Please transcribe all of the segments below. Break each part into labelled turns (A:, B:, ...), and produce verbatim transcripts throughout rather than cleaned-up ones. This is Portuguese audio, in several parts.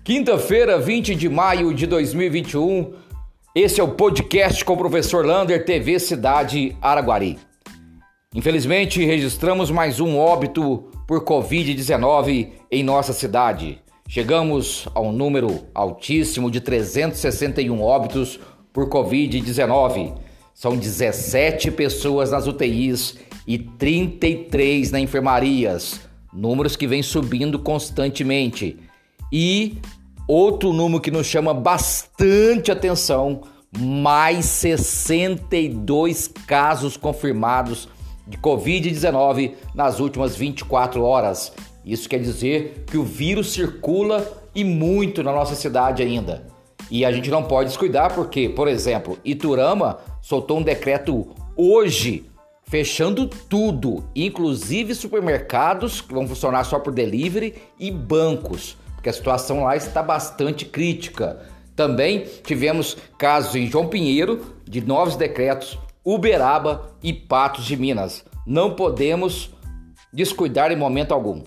A: Quinta-feira, vinte de maio de dois mil e vinte e um, esse é o podcast com o professor Lander, T V Cidade Araguari. Infelizmente, registramos mais um óbito por covid dezenove em nossa cidade. Chegamos a um número altíssimo de trezentos e sessenta e um óbitos por covid dezenove. São dezessete pessoas nas U T Is e trinta e três nas enfermarias, números que vêm subindo constantemente. E outro número que nos chama bastante atenção, mais sessenta e dois casos confirmados de covid dezenove nas últimas vinte e quatro horas. Isso quer dizer que o vírus circula e muito na nossa cidade ainda. E a gente não pode descuidar porque, por exemplo, Iturama soltou um decreto hoje, fechando tudo, inclusive supermercados que vão funcionar só por delivery e bancos, porque a situação lá está bastante crítica. Também tivemos casos em João Pinheiro de novos decretos, Uberaba e Patos de Minas. Não podemos descuidar em momento algum.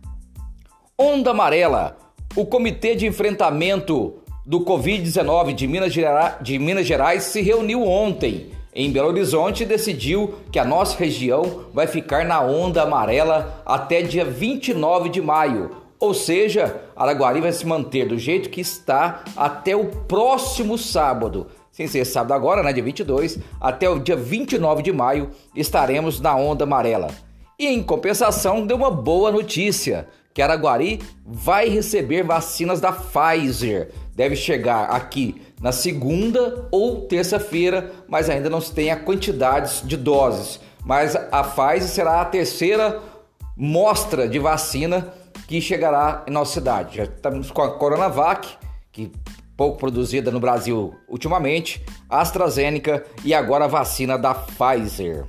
A: Onda amarela. O Comitê de Enfrentamento do covid dezenove de Minas Gerais, de Minas Gerais se reuniu ontem em Belo Horizonte e decidiu que a nossa região vai ficar na onda amarela até dia vinte e nove de maio. Ou seja, Araguari vai se manter do jeito que está até o próximo sábado. Sem ser sábado agora, né, dia vinte e dois, até o dia vinte e nove de maio estaremos na onda amarela. E em compensação, deu uma boa notícia, que Araguari vai receber vacinas da Pfizer. Deve chegar aqui na segunda ou terça-feira, mas ainda não se tem a quantidade de doses. Mas a Pfizer será a terceira mostra de vacina que chegará em nossa cidade. Já estamos com a Coronavac, que pouco produzida no Brasil ultimamente, a AstraZeneca e agora a vacina da Pfizer.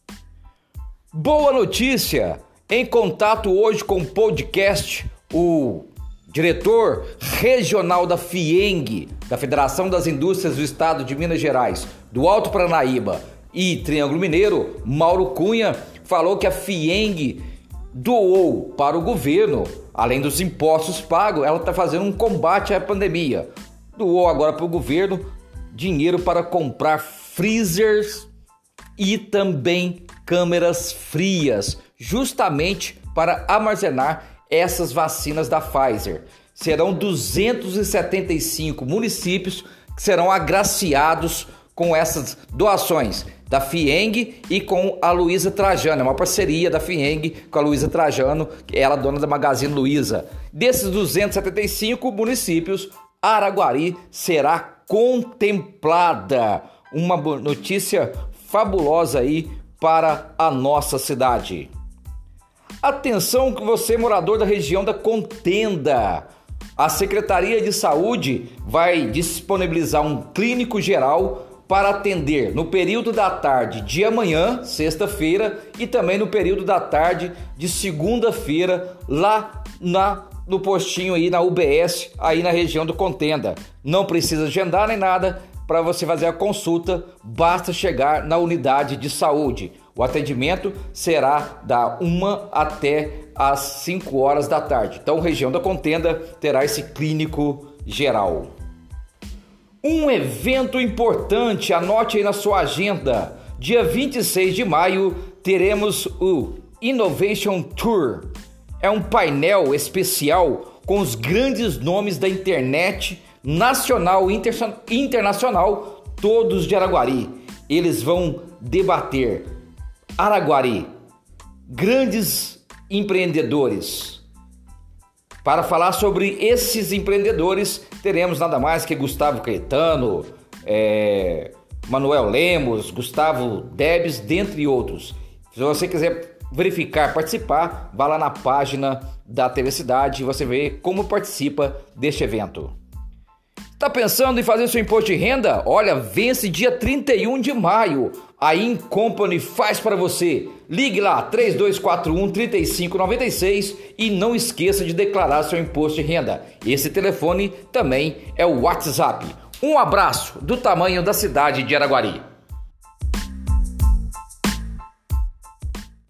A: Boa notícia! Em contato hoje com o podcast, o diretor regional da FIENG, da Federação das Indústrias do Estado de Minas Gerais, do Alto Paranaíba e Triângulo Mineiro, Mauro Cunha, falou que a FIENG doou para o governo, além dos impostos pagos, ela está fazendo um combate à pandemia. Doou agora para o governo dinheiro para comprar freezers e também câmeras frias, justamente para armazenar essas vacinas da Pfizer. Serão duzentos e setenta e cinco municípios que serão agraciados com essas doações da FIENG e com a Luiza Trajano. É uma parceria da FIENG com a Luiza Trajano, ela é dona da Magazine Luiza. Desses duzentos e setenta e cinco municípios, Araguari será contemplada. Uma notícia fabulosa aí para a nossa cidade. Atenção que você, morador da região da Contenda. A Secretaria de Saúde vai disponibilizar um clínico geral para atender no período da tarde de amanhã, sexta-feira, e também no período da tarde de segunda-feira, lá na, no postinho aí na U B S, aí na região do Contenda. Não precisa agendar nem nada. Para você fazer a consulta, basta chegar na unidade de saúde. O atendimento será da uma até às cinco horas da tarde. Então, região da Contenda terá esse clínico geral. Um evento importante, anote aí na sua agenda. Dia vinte e seis de maio teremos o Innovation Tour. É um painel especial com os grandes nomes da internet nacional e inter- internacional, todos de Araguari. Eles vão debater Araguari, grandes empreendedores. Para falar sobre esses empreendedores, teremos nada mais que Gustavo Caetano, é, Manuel Lemos, Gustavo Debs, dentre outros. Se você quiser verificar, participar, vá lá na página da T V Cidade e você vê como participa deste evento. Tá pensando em fazer seu imposto de renda? Olha, vence dia trinta e um de maio. A Incompany faz para você. Ligue lá, três dois quatro um, três cinco nove seis e não esqueça de declarar seu imposto de renda. Esse telefone também é o WhatsApp. Um abraço do tamanho da cidade de Araguari.